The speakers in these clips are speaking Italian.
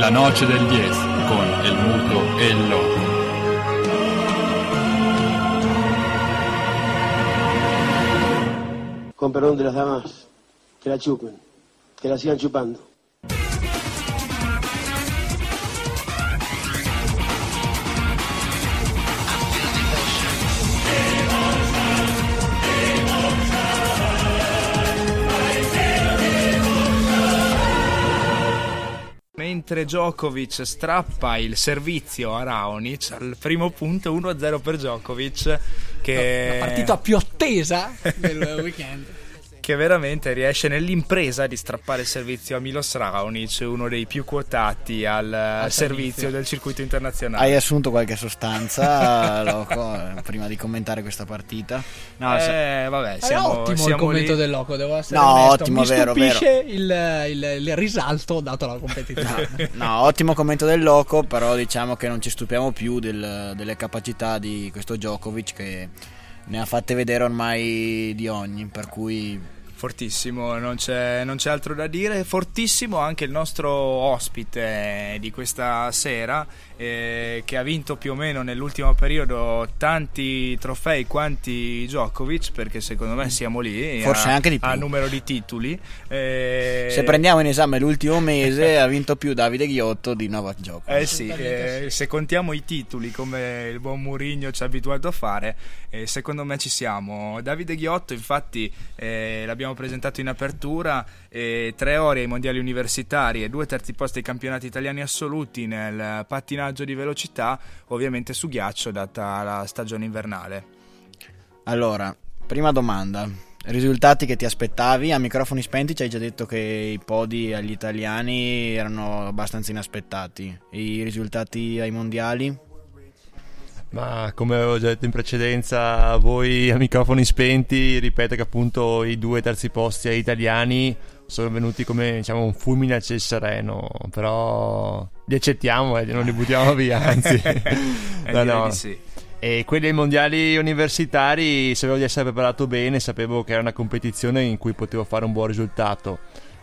La noche del 10 con el muto e el loco. Con perdón de las damas, que la chupen, que la sigan chupando. Mentre Djokovic strappa il servizio a Raonic al primo punto, 1-0 per Djokovic, che la partita più attesa del weekend, che veramente riesce nell'impresa di strappare il servizio a Milos Raonic, uno dei più quotati al servizio del circuito internazionale. Hai assunto qualche sostanza, Loco, prima di commentare questa partita? No, vabbè, siamo ottimo il commento lì. del Loco, devo essere no, onesto. ottimo, mi vero. stupisce il risalto dato alla competizione. No, ottimo commento del Loco, però diciamo che non ci stupiamo più delle capacità di questo Djokovic, che ne ha fatte vedere ormai di ogni, per cui fortissimo, non c'è altro da dire. Fortissimo anche il nostro ospite di questa sera, che ha vinto più o meno nell'ultimo periodo tanti trofei quanti Djokovic, perché secondo me siamo lì, forse anche di più a numero di titoli. Se prendiamo in esame l'ultimo mese ha vinto più Davide Ghiotto di Novak Djokovic. Sì, se contiamo i titoli come il buon Mourinho ci ha abituato a fare, secondo me ci siamo. Davide Ghiotto, infatti, l'abbiamo presentato in apertura, 3 ore ai mondiali universitari e 2 terzi posti ai campionati italiani assoluti nel pattinaggio di velocità, ovviamente su ghiaccio data la stagione invernale. Allora, prima domanda: risultati che ti aspettavi? A microfoni spenti ci hai già detto che i podi agli italiani erano abbastanza inaspettati. I risultati ai mondiali? Ma come avevo già detto in precedenza a voi a microfoni spenti, ripeto che appunto i 2 terzi posti agli italiani sono venuti come, diciamo, un fulmine a ciel sereno, però li accettiamo e non li buttiamo via, anzi. No. Sì. E quelli ai mondiali universitari sapevo di essere preparato bene, sapevo che era una competizione in cui potevo fare un buon risultato.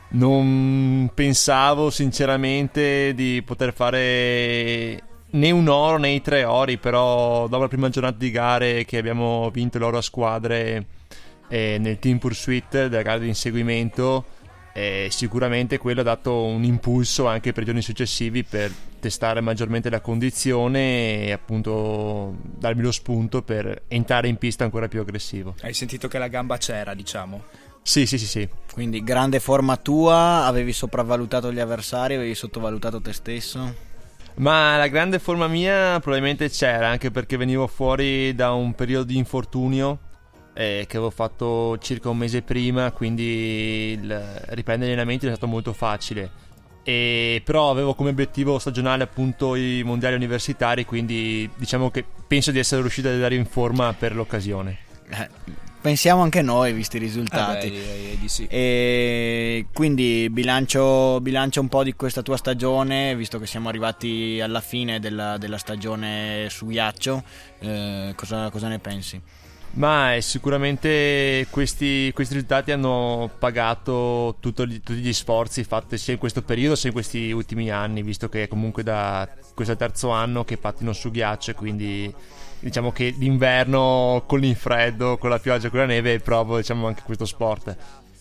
Non pensavo sinceramente di poter fare né un oro né i 3 ori, però dopo la prima giornata di gare che abbiamo vinto l'oro a squadre nel team pursuit della gara di inseguimento, sicuramente quello ha dato un impulso anche per i giorni successivi per testare maggiormente la condizione e appunto darmi lo spunto per entrare in pista ancora più aggressivo. Hai sentito che la gamba c'era, diciamo? Sì. Quindi grande forma tua, avevi sopravvalutato gli avversari, avevi sottovalutato te stesso? Ma la grande forma mia probabilmente c'era, anche perché venivo fuori da un periodo di infortunio che avevo fatto circa un mese prima, quindi riprendere gli allenamenti è stato molto facile. Però avevo come obiettivo stagionale appunto i mondiali universitari, quindi diciamo che penso di essere riuscito ad andare in forma per l'occasione. Pensiamo anche noi, visti i risultati. Di sì. E quindi bilancio un po' di questa tua stagione, visto che siamo arrivati alla fine della stagione su ghiaccio, cosa ne pensi? Ma sicuramente questi risultati hanno pagato tutti gli sforzi fatti sia in questo periodo sia in questi ultimi anni, visto che comunque da questo terzo anno che pattino su ghiaccio, quindi diciamo che d'inverno con l'infreddo, con la pioggia, con la neve provo, diciamo, anche questo sport.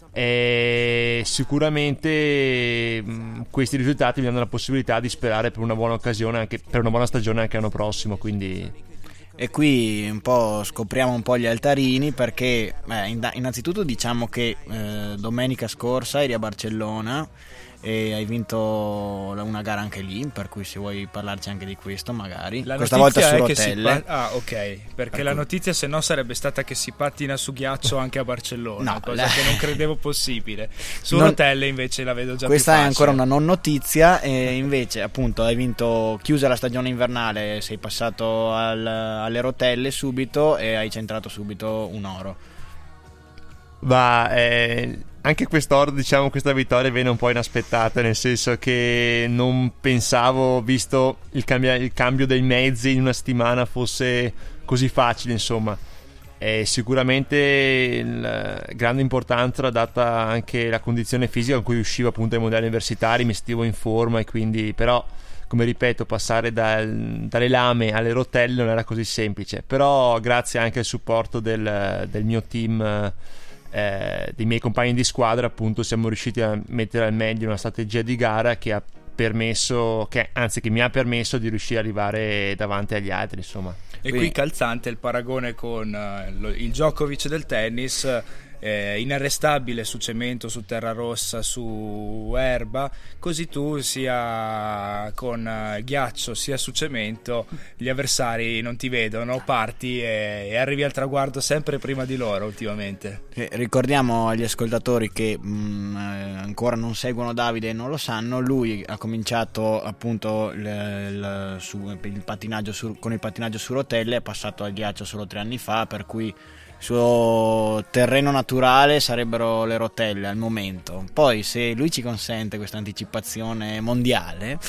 E sicuramente questi risultati mi danno la possibilità di sperare per una buona occasione, anche per una buona stagione anche l'anno prossimo, quindi. E qui un po' scopriamo un po' gli altarini, perché innanzitutto diciamo che domenica scorsa eri a Barcellona e hai vinto una gara anche lì, per cui se vuoi parlarci anche di questo magari. Questa volta su rotelle. Ok, perché la notizia se no sarebbe stata che si pattina su ghiaccio anche a Barcellona, cosa che non credevo possibile. Su rotelle invece la vedo già questa più facile. È ancora una non notizia, e invece appunto hai vinto, chiusa la stagione invernale, sei passato alle rotelle subito e hai centrato subito un oro. Anche quest'oro, diciamo, questa vittoria viene un po' inaspettata, nel senso che non pensavo, visto il cambio dei mezzi in una settimana, fosse così facile, insomma. E sicuramente grande importanza l'ha data anche la condizione fisica con cui uscivo appunto ai mondiali universitari, mi sentivo in forma, e quindi però, come ripeto, passare dalle lame alle rotelle non era così semplice, però grazie anche al supporto del mio team, dei miei compagni di squadra, appunto siamo riusciti a mettere al meglio una strategia di gara che mi ha permesso di riuscire ad arrivare davanti agli altri, insomma. E qui calzante il paragone con il Djokovic del tennis, inarrestabile su cemento, su terra rossa, su erba, così tu sia con ghiaccio sia su cemento gli avversari non ti vedono, parti e arrivi al traguardo sempre prima di loro ultimamente. Ricordiamo agli ascoltatori che ancora non seguono Davide e non lo sanno, lui ha cominciato appunto con il pattinaggio su rotelle, è passato al ghiaccio solo 3 anni fa, per cui il suo terreno naturale sarebbero le rotelle al momento. Poi, se lui ci consente questa anticipazione mondiale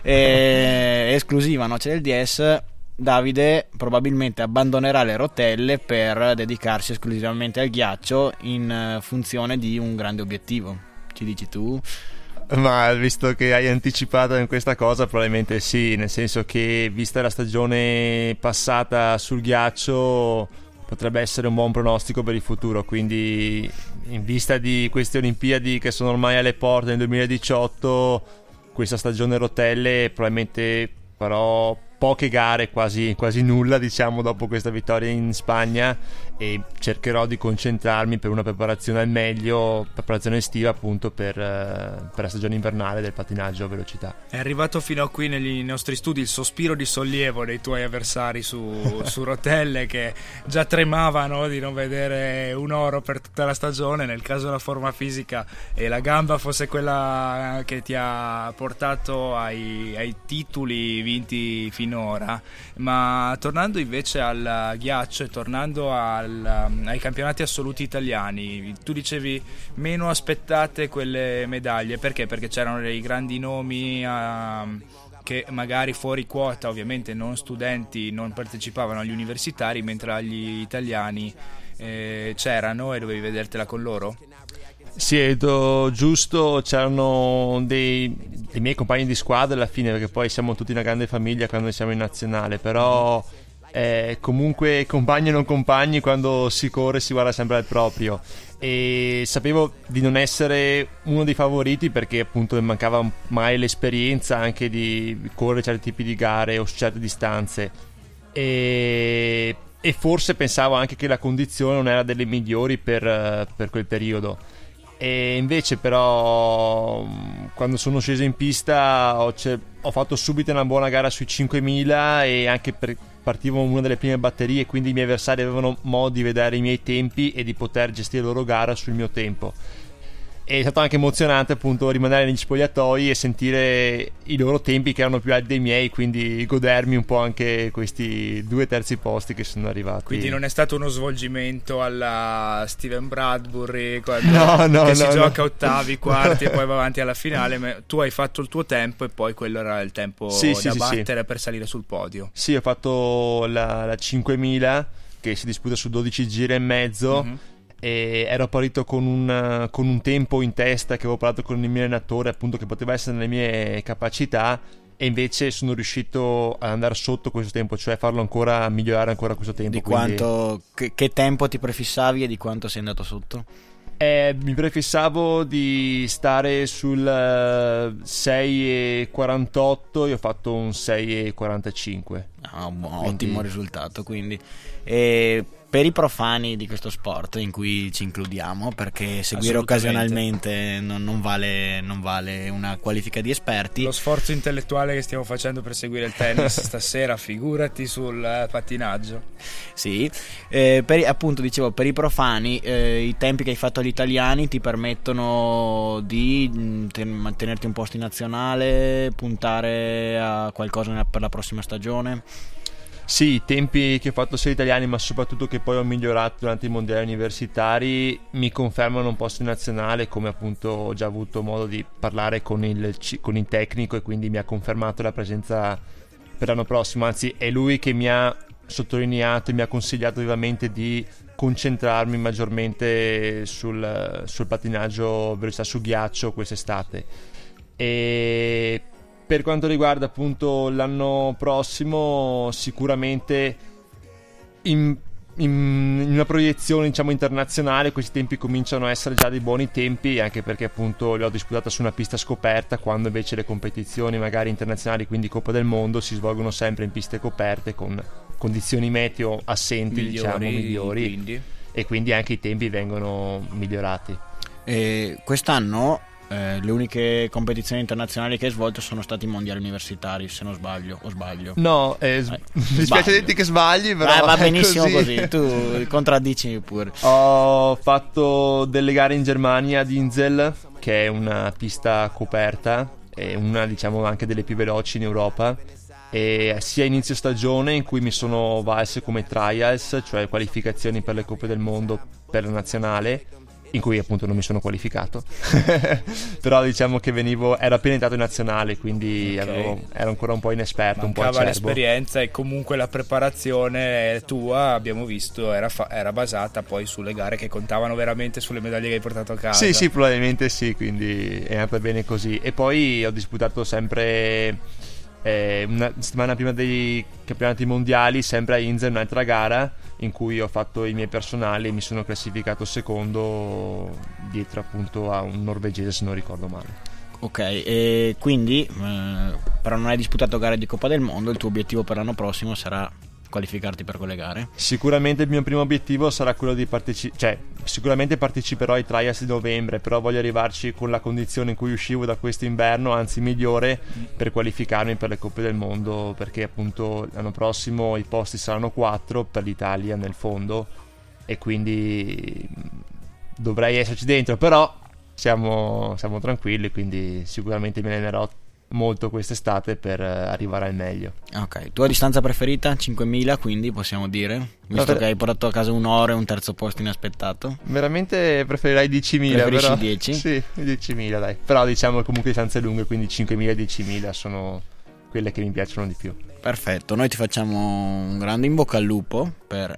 esclusiva Noce del DS, Davide probabilmente abbandonerà le rotelle per dedicarsi esclusivamente al ghiaccio in funzione di un grande obiettivo. Ci dici tu? Ma visto che hai anticipato in questa cosa, probabilmente sì, nel senso che vista la stagione passata sul ghiaccio potrebbe essere un buon pronostico per il futuro, quindi in vista di queste Olimpiadi che sono ormai alle porte nel 2018, questa stagione rotelle probabilmente farò poche gare, quasi nulla, diciamo, dopo questa vittoria in Spagna, e cercherò di concentrarmi per una preparazione al meglio, preparazione estiva appunto per la stagione invernale del pattinaggio a velocità. È arrivato fino a qui nei nostri studi il sospiro di sollievo dei tuoi avversari su rotelle, che già tremavano di non vedere un oro per tutta la stagione. Nel caso la forma fisica e la gamba fosse quella che ti ha portato ai titoli vinti finora. Ma tornando invece al ghiaccio e tornando ai campionati assoluti italiani, tu dicevi meno aspettate quelle medaglie, perché? Perché c'erano dei grandi nomi che magari fuori quota, ovviamente non studenti, non partecipavano agli universitari, mentre agli italiani c'erano e dovevi vedertela con loro? Sì, è giusto, c'erano dei miei compagni di squadra alla fine, perché poi siamo tutti una grande famiglia quando siamo in nazionale, però comunque compagni e non compagni, quando si corre si guarda sempre al proprio, e sapevo di non essere uno dei favoriti perché appunto mi mancava mai l'esperienza anche di correre certi tipi di gare o su certe distanze, e forse pensavo anche che la condizione non era delle migliori per quel periodo. E invece però quando sono sceso in pista ho fatto subito una buona gara sui 5000, e anche partivo una delle prime batterie, quindi i miei avversari avevano modo di vedere i miei tempi e di poter gestire la loro gara sul mio tempo. È stato anche emozionante appunto rimanere negli spogliatoi e sentire i loro tempi che erano più alti dei miei, quindi godermi un po' anche questi 2 terzi posti che sono arrivati. Quindi non è stato uno svolgimento alla Steven Bradbury quando si gioca ottavi, quarti e poi va avanti alla finale, ma tu hai fatto il tuo tempo e poi quello era il tempo da battere per salire sul podio. Sì, ho fatto la 5000 che si disputa su 12 giri e mezzo. E ero partito con un tempo in testa che avevo parlato con il mio allenatore, appunto, che poteva essere nelle mie capacità, e invece sono riuscito ad andare sotto questo tempo, cioè migliorare ancora questo tempo. Che tempo ti prefissavi e di quanto sei andato sotto? Mi prefissavo di stare sul 6,48, io ho fatto un 6,45. Un ottimo risultato, quindi. Per i profani di questo sport in cui ci includiamo, perché seguire occasionalmente non vale una qualifica di esperti. Lo sforzo intellettuale che stiamo facendo per seguire il tennis stasera, figurati sul pattinaggio. Sì, appunto dicevo, per i profani i tempi che hai fatto agli italiani ti permettono di mantenerti un posto in nazionale, puntare a qualcosa per la prossima stagione? Sì, i tempi che ho fatto sia italiani, ma soprattutto che poi ho migliorato durante i mondiali universitari, mi confermano un posto in nazionale, come appunto ho già avuto modo di parlare con il tecnico, e quindi mi ha confermato la presenza per l'anno prossimo. Anzi, è lui che mi ha sottolineato e mi ha consigliato vivamente di concentrarmi maggiormente sul pattinaggio velocità su ghiaccio quest'estate. E per quanto riguarda appunto l'anno prossimo, sicuramente in una proiezione diciamo internazionale questi tempi cominciano a essere già dei buoni tempi, anche perché appunto le ho disputate su una pista scoperta, quando invece le competizioni magari internazionali, quindi Coppa del Mondo, si svolgono sempre in piste coperte con condizioni meteo assenti, migliori, e quindi anche i tempi vengono migliorati. E quest'anno le uniche competizioni internazionali che hai svolto sono stati i mondiali universitari, se non sbaglio, o sbaglio? No, mi dispiace dirti che sbagli, però va benissimo così, tu contraddici pure. Ho fatto delle gare in Germania ad Insel, che è una pista coperta e una diciamo anche delle più veloci in Europa, e sia inizio stagione in cui mi sono valse come trials, cioè qualificazioni per le Coppe del Mondo per la nazionale, in cui appunto non mi sono qualificato però diciamo che ero appena entrato in nazionale, quindi ero ancora un po' inesperto, mancava un po' acerbo. L'esperienza, e comunque la preparazione tua, abbiamo visto, era basata poi sulle gare che contavano veramente, sulle medaglie che hai portato a casa. Sì, probabilmente sì, quindi è andata bene così. E poi ho disputato sempre una settimana prima dei campionati mondiali, sempre a Innsbruck, un'altra gara in cui ho fatto i miei personali e mi sono classificato secondo, dietro appunto a un norvegese, se non ricordo male. Ok, e quindi però non hai disputato gare di Coppa del Mondo, il tuo obiettivo per l'anno prossimo sarà qualificarti per quelle gare? Sicuramente il mio primo obiettivo sarà quello di sicuramente parteciperò ai trials di novembre, però voglio arrivarci con la condizione in cui uscivo da questo inverno, anzi migliore, per qualificarmi per le Coppe del Mondo, perché appunto l'anno prossimo i posti saranno 4 per l'Italia nel fondo e quindi dovrei esserci dentro, però siamo tranquilli, quindi sicuramente mi allenerò molto quest'estate per arrivare al meglio. Ok, tua distanza preferita? 5.000, quindi possiamo dire, visto che hai portato a casa un'ora e un terzo posto inaspettato. Veramente preferirei 10.000. Preferisci però 10? Sì, 10.000 dai, però diciamo comunque distanze lunghe, quindi 5.000 e 10.000 sono quelle che mi piacciono di più. Perfetto, noi ti facciamo un grande in bocca al lupo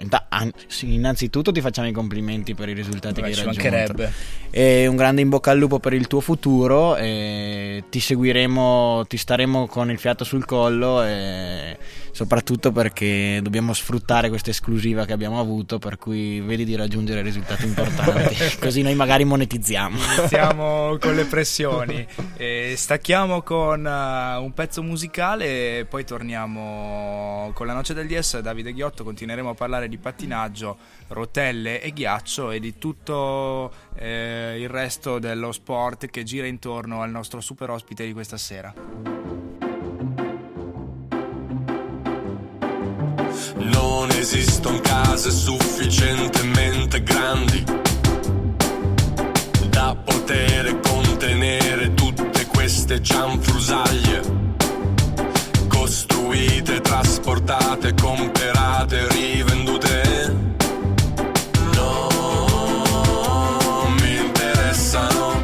innanzitutto ti facciamo i complimenti per i risultati che hai raggiunto, e un grande in bocca al lupo per il tuo futuro, e ti seguiremo, ti staremo con il fiato sul collo, e soprattutto perché dobbiamo sfruttare questa esclusiva che abbiamo avuto, per cui vedi di raggiungere risultati importanti così noi magari monetizziamo. Iniziamo con le pressioni, stacchiamo con un pezzo musicale e poi torniamo con la Noce del DS. Davide Ghiotto, continueremo a parlare di pattinaggio, rotelle e ghiaccio e di tutto il resto dello sport che gira intorno al nostro super ospite di questa sera. Non esistono case sufficientemente grandi da poter contenere tutte queste cianfrusaglie, costruite, trasportate, comperate, rivendute. Non mi interessano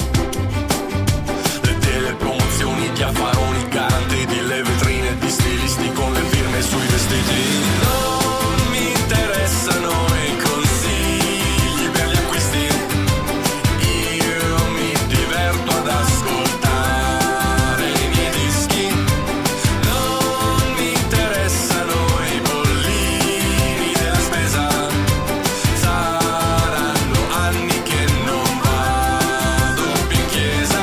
le telepromozioni, gli affaroni, garantiti, le vetrine di stilisti con le firme sui vestiti. Non mi interessano i consigli per gli acquisti, io mi diverto ad ascoltare i miei dischi. Non mi interessano i bollini della spesa, saranno anni che non vado più in chiesa.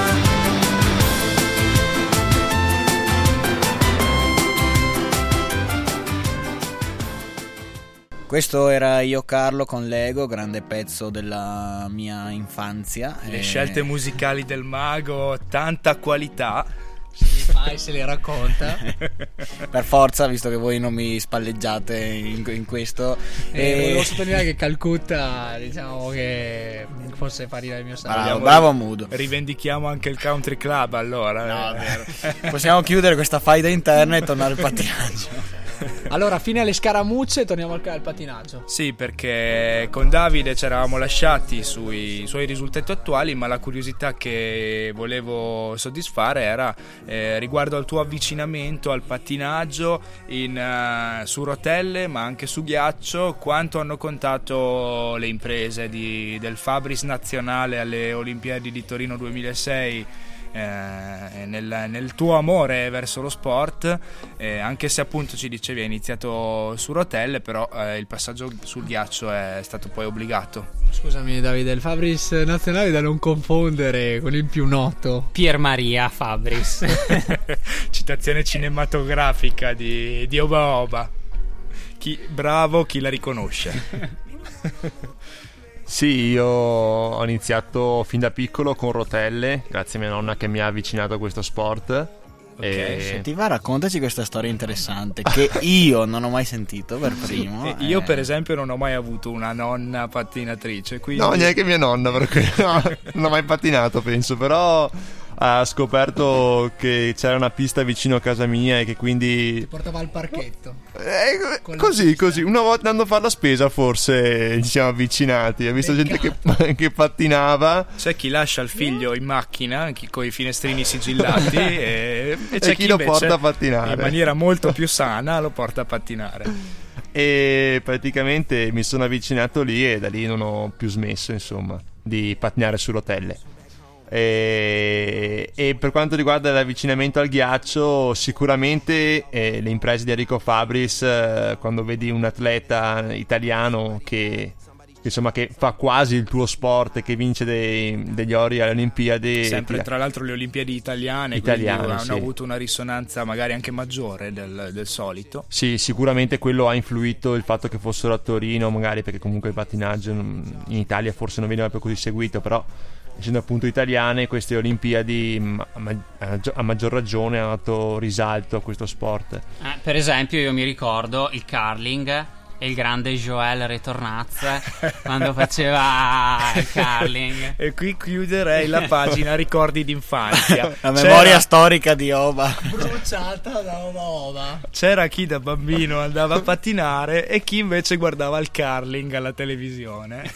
Questo era Io Carlo con Lego, grande pezzo della mia infanzia. Le scelte musicali del mago, tanta qualità. Se li fai, se li racconta. Per forza, visto che voi non mi spalleggiate in questo. Volevo sottolineare che Calcutta, diciamo che forse fa ridere il mio sangue. Bravo Mudo. Rivendichiamo anche il country club, allora. No, è vero. Possiamo chiudere questa faida interna e tornare al pattinaggio. Allora, fine alle scaramucce, torniamo al patinaggio. Sì, perché con Davide ci eravamo lasciati sui suoi risultati attuali, ma la curiosità che volevo soddisfare era riguardo al tuo avvicinamento al pattinaggio su rotelle, ma anche su ghiaccio. Quanto hanno contato le imprese del Fabris nazionale alle Olimpiadi di Torino 2006 nel tuo amore verso lo sport, anche se appunto ci dicevi hai iniziato su rotelle, però il passaggio sul ghiaccio è stato poi obbligato. Scusami Davide, il Fabris nazionale da non confondere con il più noto Pier Maria Fabris. Citazione cinematografica di Oba Oba. Bravo chi la riconosce. Sì, io ho iniziato fin da piccolo con rotelle, grazie a mia nonna che mi ha avvicinato a questo sport. Se ti va, raccontaci questa storia interessante che io non ho mai sentito per primo. Io per esempio non ho mai avuto una nonna pattinatrice, quindi... No, neanche mia nonna, perché no, non ho mai pattinato, penso, però ha scoperto che c'era una pista vicino a casa mia e che quindi ti portava al parchetto. Così una volta andando a fare la spesa forse ci siamo avvicinati, ha visto gente che pattinava. C'è chi lascia il figlio in macchina con i finestrini sigillati e c'è chi lo porta a pattinare in maniera molto più sana, lo porta a pattinare. E praticamente mi sono avvicinato lì e da lì non ho più smesso, insomma, di pattinare su rotelle. E per quanto riguarda l'avvicinamento al ghiaccio, sicuramente le imprese di Enrico Fabris, quando vedi un atleta italiano che fa quasi il tuo sport e che vince degli ori alle Olimpiadi, sempre tra l'altro le Olimpiadi italiane hanno avuto una risonanza magari anche maggiore del solito. Sì, sicuramente quello ha influito il fatto che fossero a Torino, magari perché comunque il pattinaggio in Italia forse non veniva più così seguito, però essendo appunto italiane, queste Olimpiadi a maggior ragione hanno dato risalto a questo sport. Per esempio io mi ricordo il curling e il grande Joël Retornaz quando faceva il curling. E qui chiuderei la pagina ricordi d'infanzia. La memoria storica di Oba bruciata da Oba. C'era chi da bambino andava a pattinare e chi invece guardava il curling alla televisione.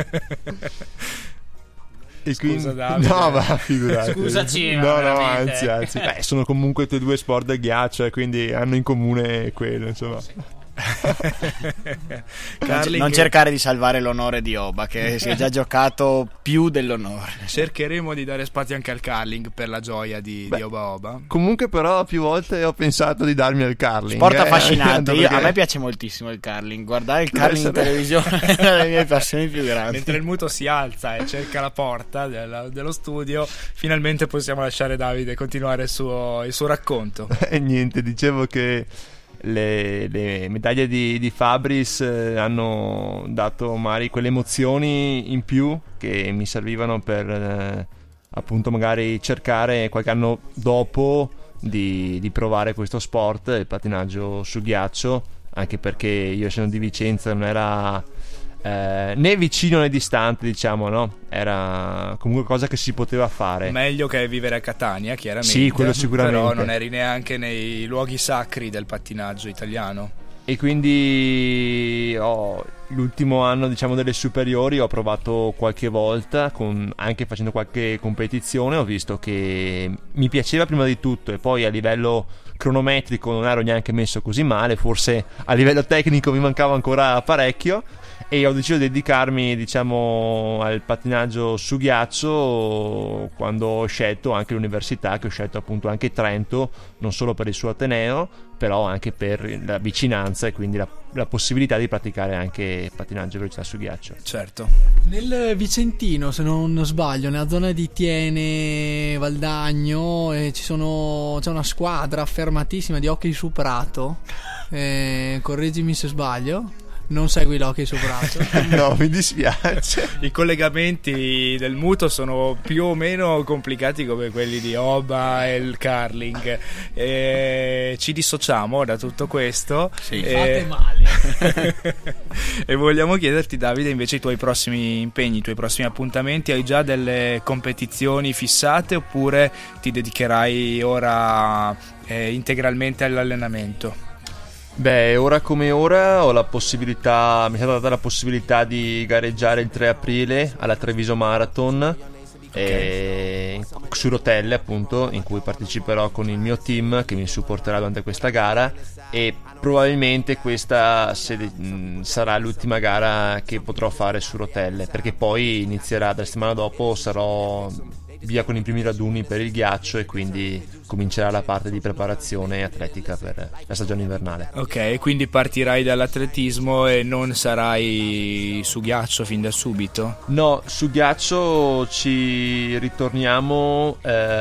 Scusa Davide. No, ma figurati. Scusaci, no, anzi. Beh, sono comunque tutti e due sport del ghiaccio e quindi hanno in comune quello, insomma. Non cercare di salvare l'onore di Oba, che si è già giocato più dell'onore. Cercheremo di dare spazio anche al curling per la gioia di Oba Oba. Comunque però più volte ho pensato di darmi al curling. Sport affascinante. A me piace moltissimo il curling. Guardare il curling in televisione è una delle mie passioni più grandi. Mentre il muto si alza e cerca la porta dello studio, finalmente possiamo lasciare Davide continuare il suo racconto. E niente, dicevo che le medaglie di Fabris hanno dato magari quelle emozioni in più che mi servivano per appunto magari cercare qualche anno dopo di provare questo sport, il pattinaggio su ghiaccio, anche perché io, essendo di Vicenza, non era né vicino né distante, diciamo, no? Era comunque cosa che si poteva fare. Meglio che vivere a Catania, chiaramente. Sì, quello sicuramente. Però non eri neanche nei luoghi sacri del pattinaggio italiano. E quindi l'ultimo anno, diciamo, delle superiori ho provato qualche volta, anche facendo qualche competizione. Ho visto che mi piaceva prima di tutto, e poi a livello cronometrico non ero neanche messo così male, forse a livello tecnico mi mancava ancora parecchio, e ho deciso di dedicarmi, diciamo, al pattinaggio su ghiaccio quando ho scelto anche l'università, che ho scelto appunto anche Trento, non solo per il suo ateneo, però anche per la vicinanza e quindi la possibilità di praticare anche pattinaggio e velocità su ghiaccio. Certo. Nel Vicentino, se non sbaglio, nella zona di Tiene, Valdagno, c'è una squadra affermatissima di hockey su prato. Correggimi se sbaglio. Non segui l'hockey su prato? No, mi dispiace. I collegamenti del muto sono più o meno complicati come quelli di Oba e il curling. Ci dissociamo da tutto questo. Sì, fate male. E vogliamo chiederti, Davide, invece i tuoi prossimi impegni, i tuoi prossimi appuntamenti. Hai già delle competizioni fissate oppure ti dedicherai ora integralmente all'allenamento? Beh, ora come ora ho la possibilità, mi è stata data la possibilità di gareggiare il 3 aprile alla Treviso Marathon, su rotelle appunto, in cui parteciperò con il mio team che mi supporterà durante questa gara, e probabilmente questa sarà l'ultima gara che potrò fare su rotelle, perché poi inizierà la settimana dopo, sarò via con i primi raduni per il ghiaccio e quindi comincerà la parte di preparazione atletica per la stagione invernale. Ok, quindi partirai dall'atletismo e non sarai su ghiaccio fin da subito? No, su ghiaccio ci ritorniamo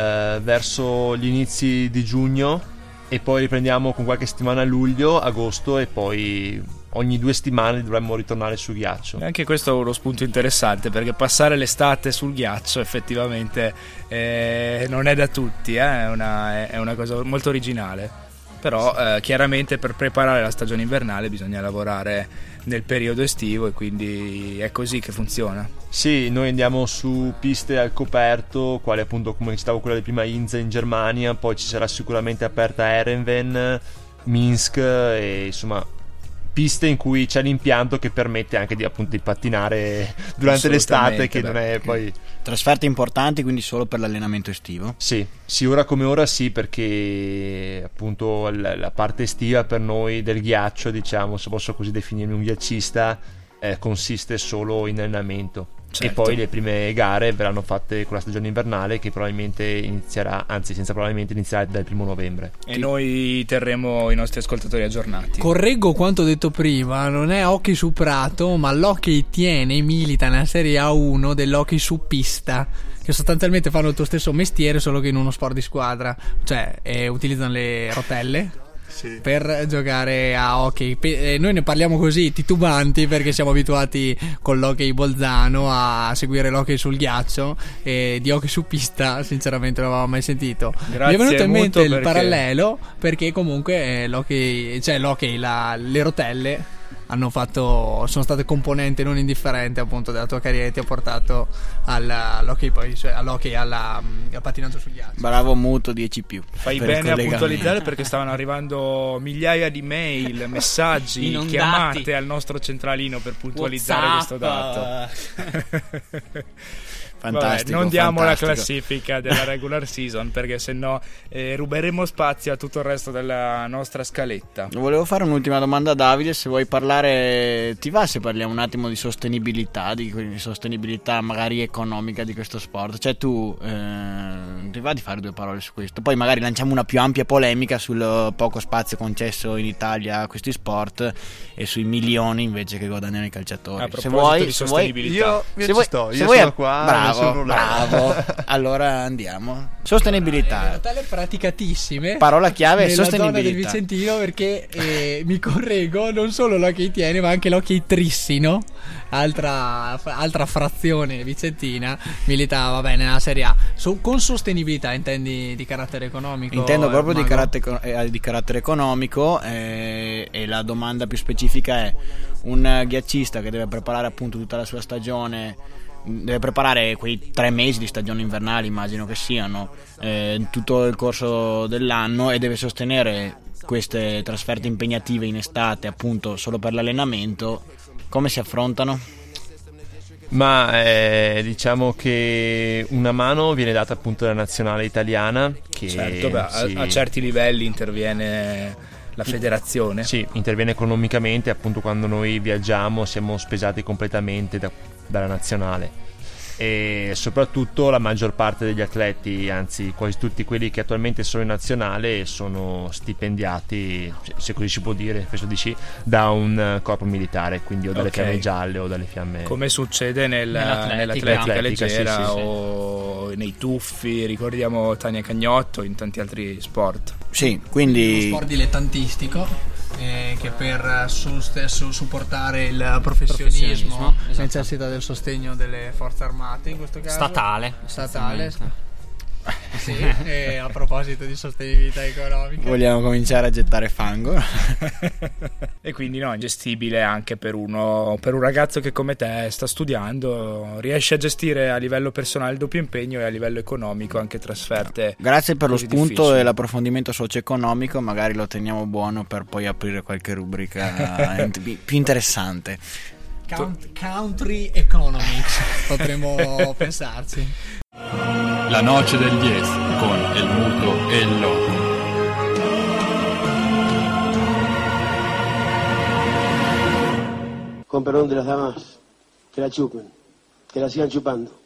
verso gli inizi di giugno e poi riprendiamo con qualche settimana a luglio, agosto, e poi ogni 2 settimane dovremmo ritornare su ghiaccio. Anche questo è uno spunto interessante, perché passare l'estate sul ghiaccio effettivamente non è da tutti, è una cosa molto originale. Però chiaramente per preparare la stagione invernale bisogna lavorare nel periodo estivo, e quindi è così che funziona. Sì, noi andiamo su piste al coperto, quale appunto, come citavo, quella di prima Inza in Germania, poi ci sarà sicuramente aperta Erenven, Minsk, e insomma piste in cui c'è l'impianto che permette anche di pattinare durante l'estate, che non è poi trasferte importanti, quindi solo per l'allenamento estivo. Sì, ora come ora sì, perché appunto la parte estiva per noi del ghiaccio, diciamo, se posso così definirmi un ghiaccista, consiste solo in allenamento. Certo. E poi le prime gare verranno fatte con la stagione invernale, che probabilmente inizierà, anzi senza probabilmente, inizierà dal 1 novembre. E noi terremo i nostri ascoltatori aggiornati. Correggo quanto detto prima, non è hockey su prato, ma l'hockey tiene milita nella serie A1 dell'hockey su pista, che sostanzialmente fanno il tuo stesso mestiere, solo che in uno sport di squadra, cioè utilizzano le rotelle. Sì. Per giocare a hockey. Noi ne parliamo così titubanti, perché siamo abituati con l'hockey bolzano a seguire l'hockey sul ghiaccio, e di hockey su pista sinceramente non avevamo mai sentito. Grazie, mi è venuto in mente il perché... parallelo, perché comunque l'hockey, cioè l'hockey, le rotelle sono state componente non indifferente appunto della tua carriera, e ti ha portato all'hockey, poi cioè all'hockey, al pattinaggio sul ghiaccio. Bravo Muto, 10+. Fai bene a puntualizzare, perché stavano arrivando migliaia di mail, messaggi, inondati, chiamate al nostro centralino per puntualizzare questo dato. Fantastico. Vabbè, non diamo fantastico. la classifica della regular season, perché sennò ruberemo spazio a tutto il resto della nostra scaletta. Volevo fare un'ultima domanda a Davide, se vuoi parlare, ti va se parliamo un attimo di sostenibilità, di sostenibilità magari economica di questo sport? Cioè tu ti va di fare 2 parole su questo? Poi magari lanciamo una più ampia polemica sul poco spazio concesso in Italia a questi sport e sui milioni invece che guadagnano i calciatori. A proposito di sostenibilità, io sono qua. Bravo. Allora andiamo. Sostenibilità. Rotelle praticatissime. Parola chiave: nella sostenibilità. Zona del Vicentino, perché mi correggo, non solo l'hockey tiene, ma anche l'hockey trissino, altra frazione vicentina, milita nella Serie A. Con sostenibilità intendi di carattere economico? Intendo proprio di carattere economico, e la domanda più specifica è: un ghiaccista che deve preparare appunto tutta la sua stagione, deve preparare quei 3 mesi di stagione invernale, immagino che siano, tutto il corso dell'anno, e deve sostenere queste trasferte impegnative in estate appunto solo per l'allenamento. Come si affrontano? Ma diciamo che una mano viene data appunto dalla nazionale italiana, che certo, a certi livelli interviene la federazione. Sì, interviene economicamente, appunto quando noi viaggiamo siamo spesati completamente dalla nazionale, e soprattutto la maggior parte degli atleti, anzi quasi tutti quelli che attualmente sono in nazionale, sono stipendiati, se così si può dire, penso di sì, da un corpo militare, quindi o dalle fiamme gialle o dalle fiamme, come succede nell'atletica leggera, sì. O nei tuffi, ricordiamo Tania Cagnotto, in tanti altri sport. Sì, quindi uno sport dilettantistico, che per supportare il professionismo necessita del sostegno delle forze armate, in questo caso statale. Sì, e a proposito di sostenibilità economica, vogliamo cominciare a gettare fango. E quindi no, è gestibile anche per un ragazzo che come te sta studiando, riesce a gestire a livello personale il doppio impegno e a livello economico anche trasferte. Grazie per lo così spunto difficili. e l'approfondimento socio-economico, magari lo teniamo buono per poi aprire qualche rubrica più interessante. Country Economics, potremmo pensarci. La noche del 10 con el muto e el loco. Con perdón de las damas, que la chupen, que la sigan chupando.